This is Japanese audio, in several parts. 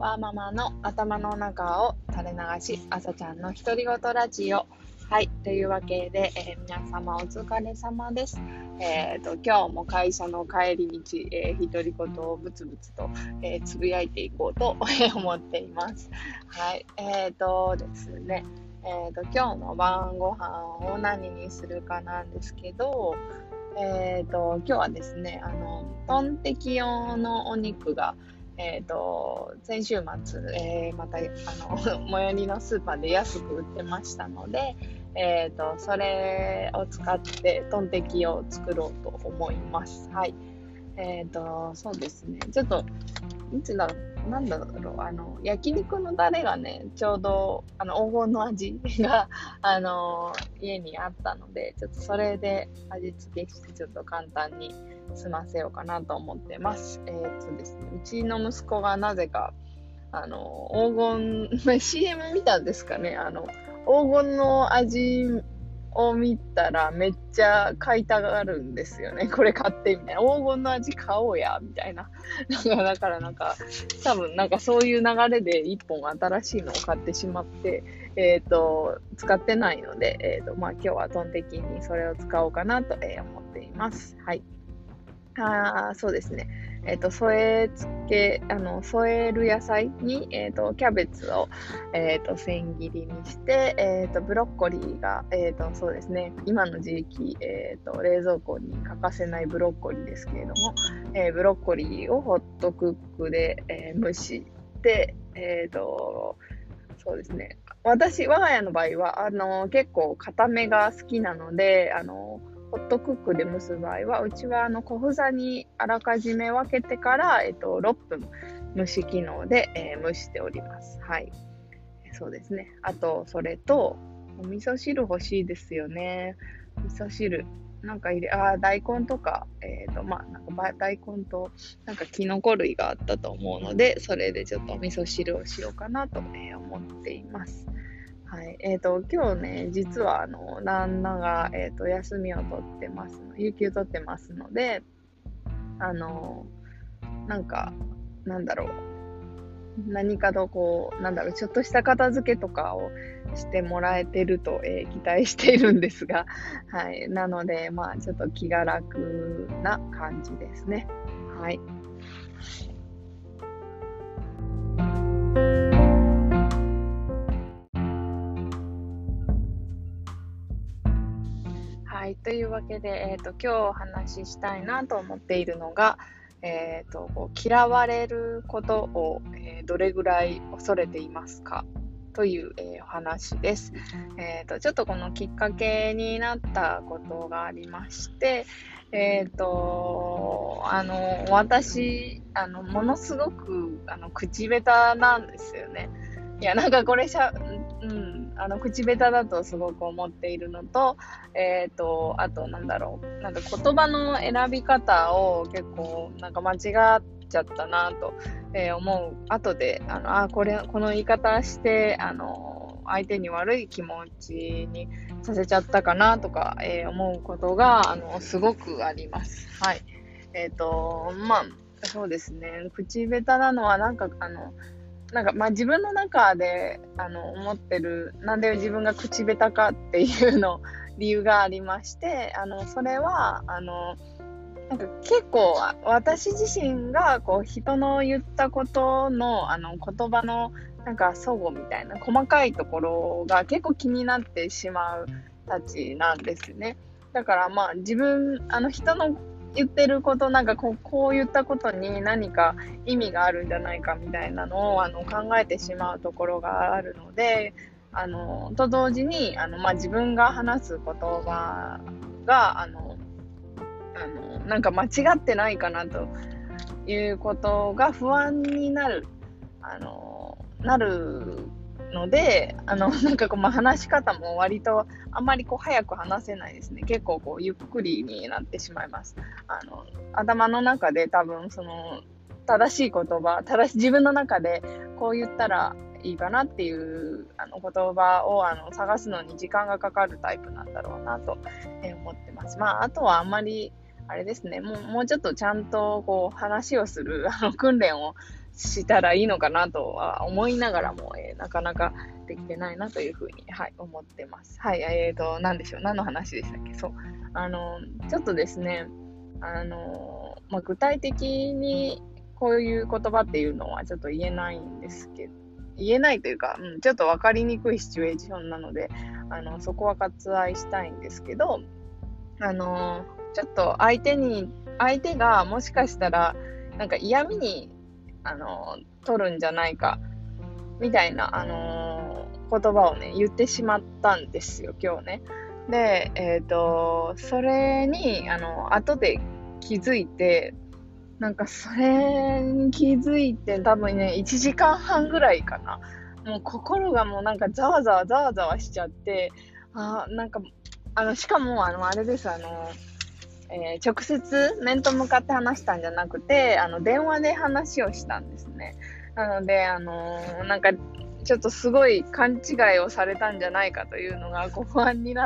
ワーママの頭の中を垂れ流し、朝ちゃんの独り言ラジオ。はい、というわけで、皆様お疲れ様です。今日も会社の帰り道、独り言をブツブツと、つぶやいていこうと思っています。はい、ですね、今日の晩ご飯を何にするかなんですけど、今日はですね、トンテキ用のお肉が先週末、また最寄りのスーパーで安く売ってましたので、それを使ってトンテキを作ろうと思います。はい。そうですね。ちょっとなんだろう、焼肉のタレがね、ちょうど、黄金の味が、家にあったので、ちょっとそれで味付けして、ちょっと簡単に済ませようかなと思ってます。ですね、うちの息子がなぜか、黄金、CM 見たんですかね、黄金の味を見たらめっちゃ買いたがるんですよね。これ買ってみたいな。黄金の味買おうや、みたいな。だから多分そういう流れで一本新しいのを買ってしまって、使ってないので、今日はトンテキにそれを使おうかなと、思っています。はい。そうですね。添える野菜に、キャベツを、千切りにして、ブロッコリーが、そうですね。今の時期、冷蔵庫に欠かせないブロッコリーですけれども、ブロッコリーをホットクックで、蒸して、そうですね。我が家の場合は、結構固めが好きなので、ホットクックで蒸す場合は、うちは小房にあらかじめ分けてから、6分蒸し機能で、蒸しております。はい。そうですね。あと、それと、お味噌汁欲しいですよね。味噌汁。大根とか、大根と、キノコ類があったと思うので、それでちょっとお味噌汁をしようかなと、思っています。はい。今日ね、実は旦那が、休みを取ってます有給取ってますので、なんだろう。何かとちょっとした片付けとかをしてもらえてると、期待しているんですが、はい。なので、ちょっと気が楽な感じですね。はい。はい。というわけで、今日お話ししたいなと思っているのが、嫌われることを、どれぐらい恐れていますかという、お話です。ちょっとこのきっかけになったことがありまして、私、ものすごく、口下手なんですよね。いや、これ口下手だとすごく思っているのと、あと言葉の選び方を結構間違っちゃったなと、思う。後で、この言い方して、相手に悪い気持ちにさせちゃったかなとか、思うことが、すごくあります。はい。そうですね。口下手なのは自分の中で、思ってる、なんで自分が口下手かっていう理由がありまして、それは、結構、私自身が、人の言ったことの、言葉の、齟齬みたいな、細かいところが結構気になってしまうたちなんですね。だから、人の言ってること、こう言ったことに何か意味があるんじゃないかみたいなのを考えてしまうところがあるので、と同時に自分が話す言葉が間違ってないかなということが不安になるので、話し方も割とあんまり早く話せないですね。結構ゆっくりになってしまいます。頭の中で多分正しい言葉、自分の中でこう言ったらいいかなっていう言葉を探すのに時間がかかるタイプなんだろうなと思ってます。あとはあんまりあれですね、もうちょっとちゃんと話をする訓練をしたらいいのかなとは思いながらも、なかなかできてないなというふうに、はい、思ってます。はい、何でしょう。何の話でしたっけ。そう。ちょっとですね、具体的にこういう言葉っていうのはちょっと言えないんですけど、言えないというか、ちょっと分かりにくいシチュエーションなので、そこは割愛したいんですけど、ちょっと相手がもしかしたら、なんか嫌味に、取るんじゃないか、みたいな、言葉をね、言ってしまったんですよ、今日ね。で、それに、後で気づいて、なんかそれに気づいて多分ね、1時間半ぐらいかな。もう心がもうなんかざわざわしちゃって、なんか、しかも、あれです、直接面と向かって話したんじゃなくて、電話で話をしたんですね。なので、なんか、ちょっとすごい勘違いをされたんじゃないかというのが不安になって、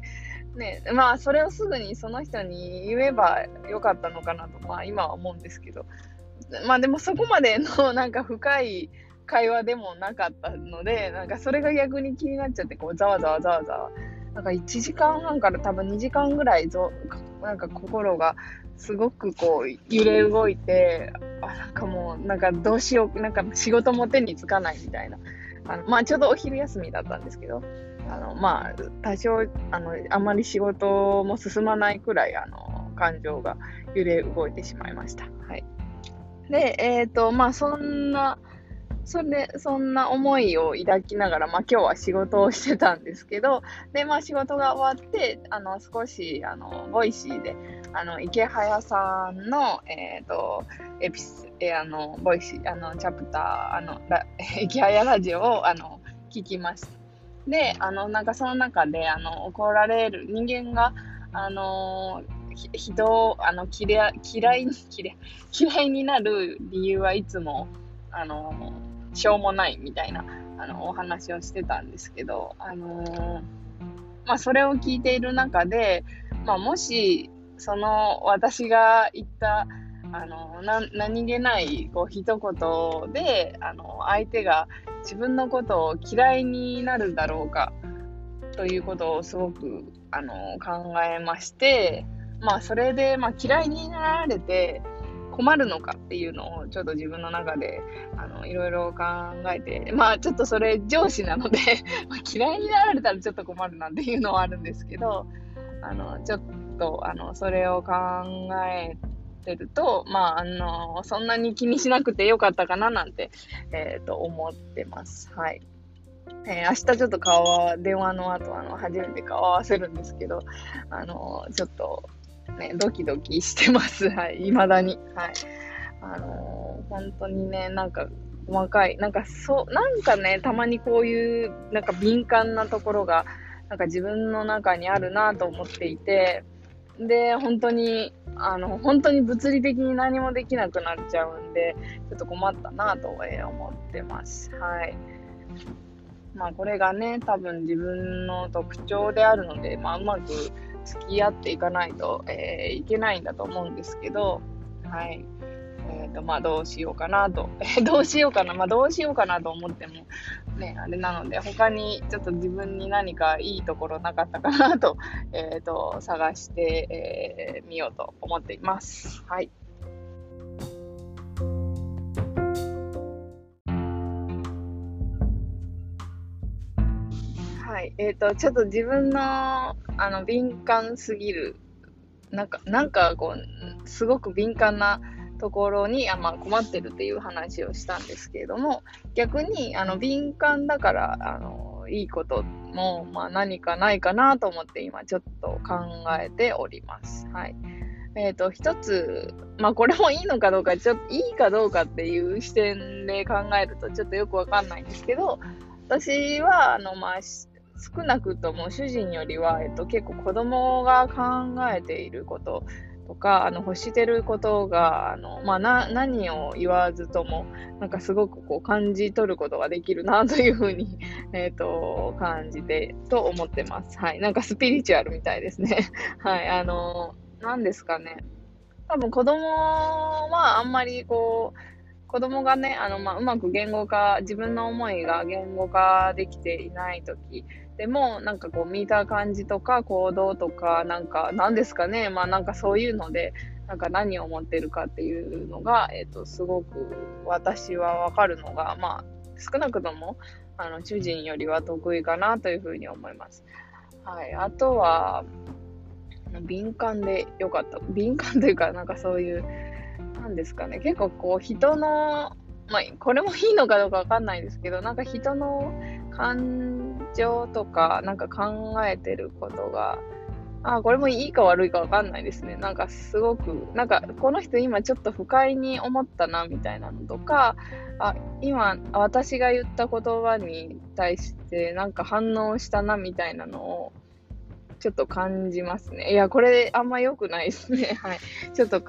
ね、まあ、それをすぐにその人に言えばよかったのかなと、まあ、今は思うんですけど、まあ、でもそこまでのなんか深い会話でもなかったので、なんかそれが逆に気になっちゃって、こう、ざわざわ、なんか1時間半から多分2時間ぐらいなんか心がすごくこう揺れ動いて、なんかもう、なんかどうしよう、なんか仕事も手につかないみたいな。まあちょうどお昼休みだったんですけど、まあ多少、あまり仕事も進まないくらい、感情が揺れ動いてしまいました。はい。で、まあそんな思いを抱きながら、まあ今日は仕事をしてたんですけど、で、まあ仕事が終わって、少し、ボイシーで、池早さんの、ボイシー、チャプター、池早ラジオを、聞きました。で、なんかその中で、怒られる人間が、人を、嫌いになる理由はいつも、しょうもないみたいな、お話をしてたんですけど、まあ、それを聞いている中で、まあ、もし、私が言った、何気ない、こう、一言で、相手が自分のことを嫌いになるだろうか、ということをすごく、考えまして、まあ、それで、まあ、嫌いになられて困るのかっていうのを、ちょっと自分の中で、いろいろ考えて、まあ、ちょっとそれ上司なのでまあ嫌いになられたらちょっと困るなっていうのはあるんですけど、ちょっと、それを考えてると、まあ、そんなに気にしなくてよかったかななんて、思ってます。はい。明日ちょっと電話の後、初めて顔合わせるんですけど、ちょっと、ね、ドキドキしてます。はい、未だに。はい。本当にね、なんか、細かい、なんかね、たまにこういう、なんか敏感なところが、なんか自分の中にあるなと思っていて、で、本当に物理的に何もできなくなっちゃうんで、ちょっと困ったなと思ってます。はい。まあこれがね、多分自分の特徴であるので、まあうまく付き合っていかないと、いけないんだと思うんですけど、はい。まあどうしようかなと、どうしようかな、まあどうしようかなと思っても、ね、あれなので、他にちょっと自分に何かいいところなかったかなと、探してみようと思っています。はい。はい。ちょっと自分の、敏感すぎる、なんかこう、すごく敏感なところに、まあ、困ってるっていう話をしたんですけれども、逆に、敏感だから、いいことも、まあ、何かないかなと思って今ちょっと考えております。はい。一つ、まあこれもいいのかどうか、ちょっといいかどうかっていう視点で考えるとちょっとよくわかんないんですけど、私は、まあ、少なくとも主人よりは、結構子供が考えていることとか、欲してることが、まあ、何を言わずとも、なんかすごくこう感じ取ることができるなというふうに、感じて、と思ってます。はい。なんかスピリチュアルみたいですね。はい。なんですかね。多分子供はあんまりこう、 子供がね、うまく自分の思いが言語化できていない時でも、なんかこう見た感じとか行動とか、なんか、なんですかね、なんかそういうので、なんか何を思ってるかっていうのが、すごく私はわかるのが、少なくとも、主人よりは得意かなというふうに思います。はい。あとは、敏感でよかった。敏感というか、なんかそういう、なんですかね。結構こう人の、これもいいのかどうかわかんないですけど、なんか人の感情とか、なんか考えてることが、これもいいか悪いかわかんないですね。なんかすごく、なんかこの人今ちょっと不快に思ったなみたいなのとか、今私が言った言葉に対してなんか反応したなみたいなのをちょっと感じますね。いや、これあんま良くないですね。はい。ちょっと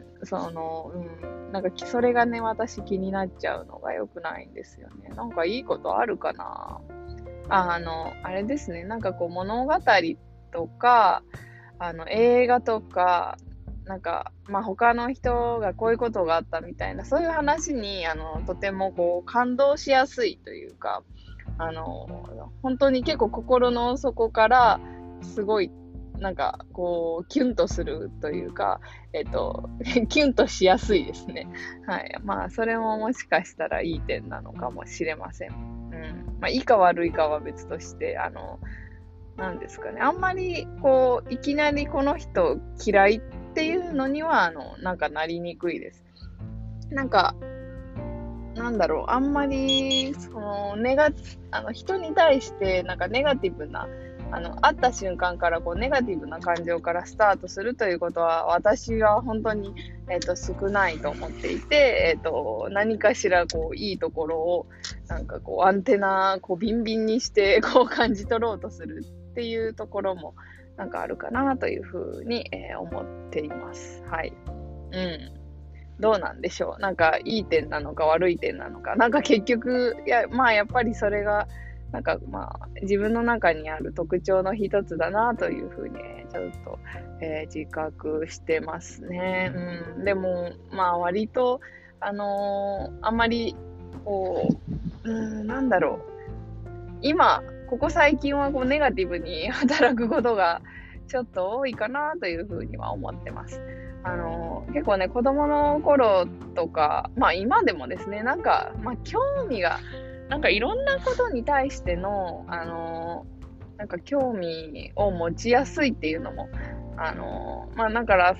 なんかそれがね、私気になっちゃうのが良くないんですよね。なんかいいことあるかな。あれですね。なんかこう物語とか、映画とか、なんか、他の人がこういうことがあったみたいな、そういう話に、とてもこう、感動しやすいというか、本当に結構心の底から、すごい、なんか、こう、キュンとするというか、キュンとしやすいですね。はい。それももしかしたらいい点なのかもしれません。いいか悪いかは別として、なんですかね。あんまり、こう、いきなりこの人嫌いっていうのには、なんかなりにくいです。なんか、なんだろう、あんまり、人に対して、なんかネガティブな、会った瞬間から、こう、ネガティブな感情からスタートするということは、私は本当に、少ないと思っていて、何かしら、こう、いいところを、なんかこう、アンテナ、こう、ビンビンにして、こう、感じ取ろうとするっていうところも、なんかあるかなというふうに、思っています。はい。どうなんでしょう。なんか、いい点なのか悪い点なのか。なんか結局、やっぱりそれが、なんか自分の中にある特徴の一つだなというふうに、ちょっと、自覚してますね。でも、割と、あんまり、こう、なんだろう。今、ここ最近はこうネガティブに働くことがちょっと多いかなというふうには思ってます。結構ね、子供の頃とか、今でもですね、なんか、興味が、なんかいろんなことに対しての、なんか興味を持ちやすいっていうのも、だから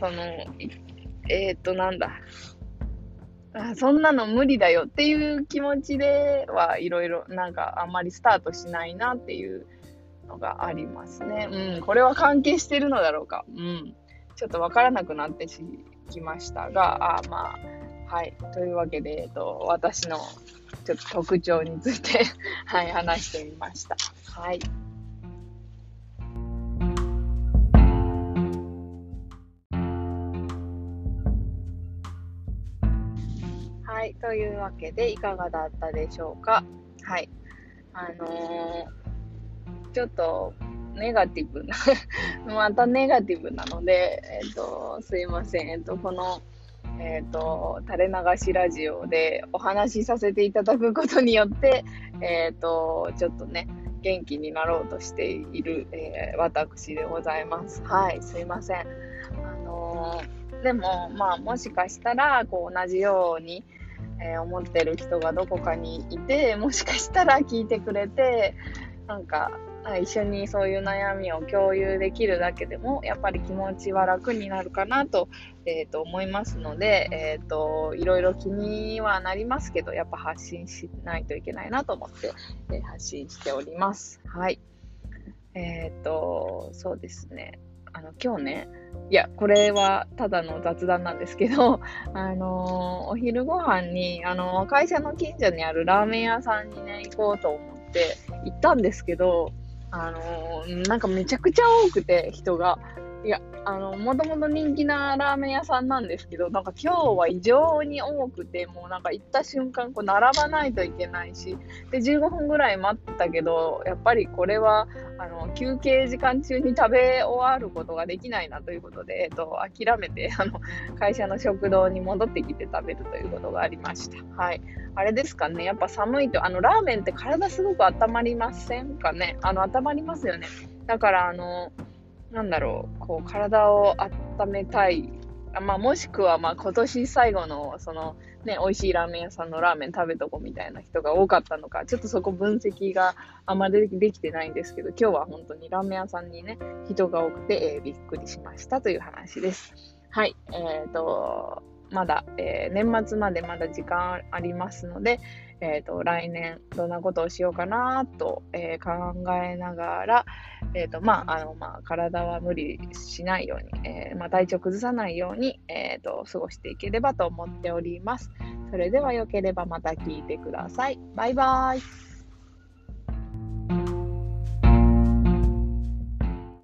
なんだ、そんなの無理だよっていう気持ちではいろいろ、なんかあんまりスタートしないなっていうのがありますね。これは関係してるのだろうか。ちょっとわからなくなってきましたが、はい。というわけで、私のちょっと特徴についてはい、話してみました。はい。はい。というわけで、いかがだったでしょうか。はい。ちょっと、ネガティブなまたネガティブなので、すいません。この、垂れ流しラジオでお話しさせていただくことによって、ちょっとね、元気になろうとしている、私でございます。はい、すいません。でも、もしかしたら、こう、同じように、思ってる人がどこかにいて、もしかしたら聞いてくれて、なんか、一緒にそういう悩みを共有できるだけでも、やっぱり気持ちは楽になるかなと、思いますので、いろいろ気にはなりますけど、やっぱ発信しないといけないなと思って、発信しております。はい。そうですね。今日ね、いや、これはただの雑談なんですけど、お昼ご飯に、会社の近所にあるラーメン屋さんにね、行こうと思って行ったんですけど、なんかめちゃくちゃ多くて、人が。 いや、もともと人気なラーメン屋さんなんですけど、なんか今日は異常に多くて、もうなんか行った瞬間、こう並ばないといけないし、で、15分ぐらい待ったけど、やっぱりこれは、休憩時間中に食べ終わることができないなということで、諦めて、会社の食堂に戻ってきて食べるということがありました。はい。あれですかね、やっぱ寒いと、ラーメンって体すごく温まりませんかね。温まりますよね。だから、なんだろう、こう、体を温めたい。もしくは、今年最後の、美味しいラーメン屋さんのラーメン食べとこみたいな人が多かったのか、ちょっとそこ分析があんまりできてないんですけど、今日は本当にラーメン屋さんにね、人が多くて、びっくりしましたという話です。はい。まだ、年末までまだ時間ありますので、来年どんなことをしようかなと、考えながら、体は無理しないように、体調崩さないように、過ごしていければと思っております。それでは良ければまた聞いてください。バイバイ。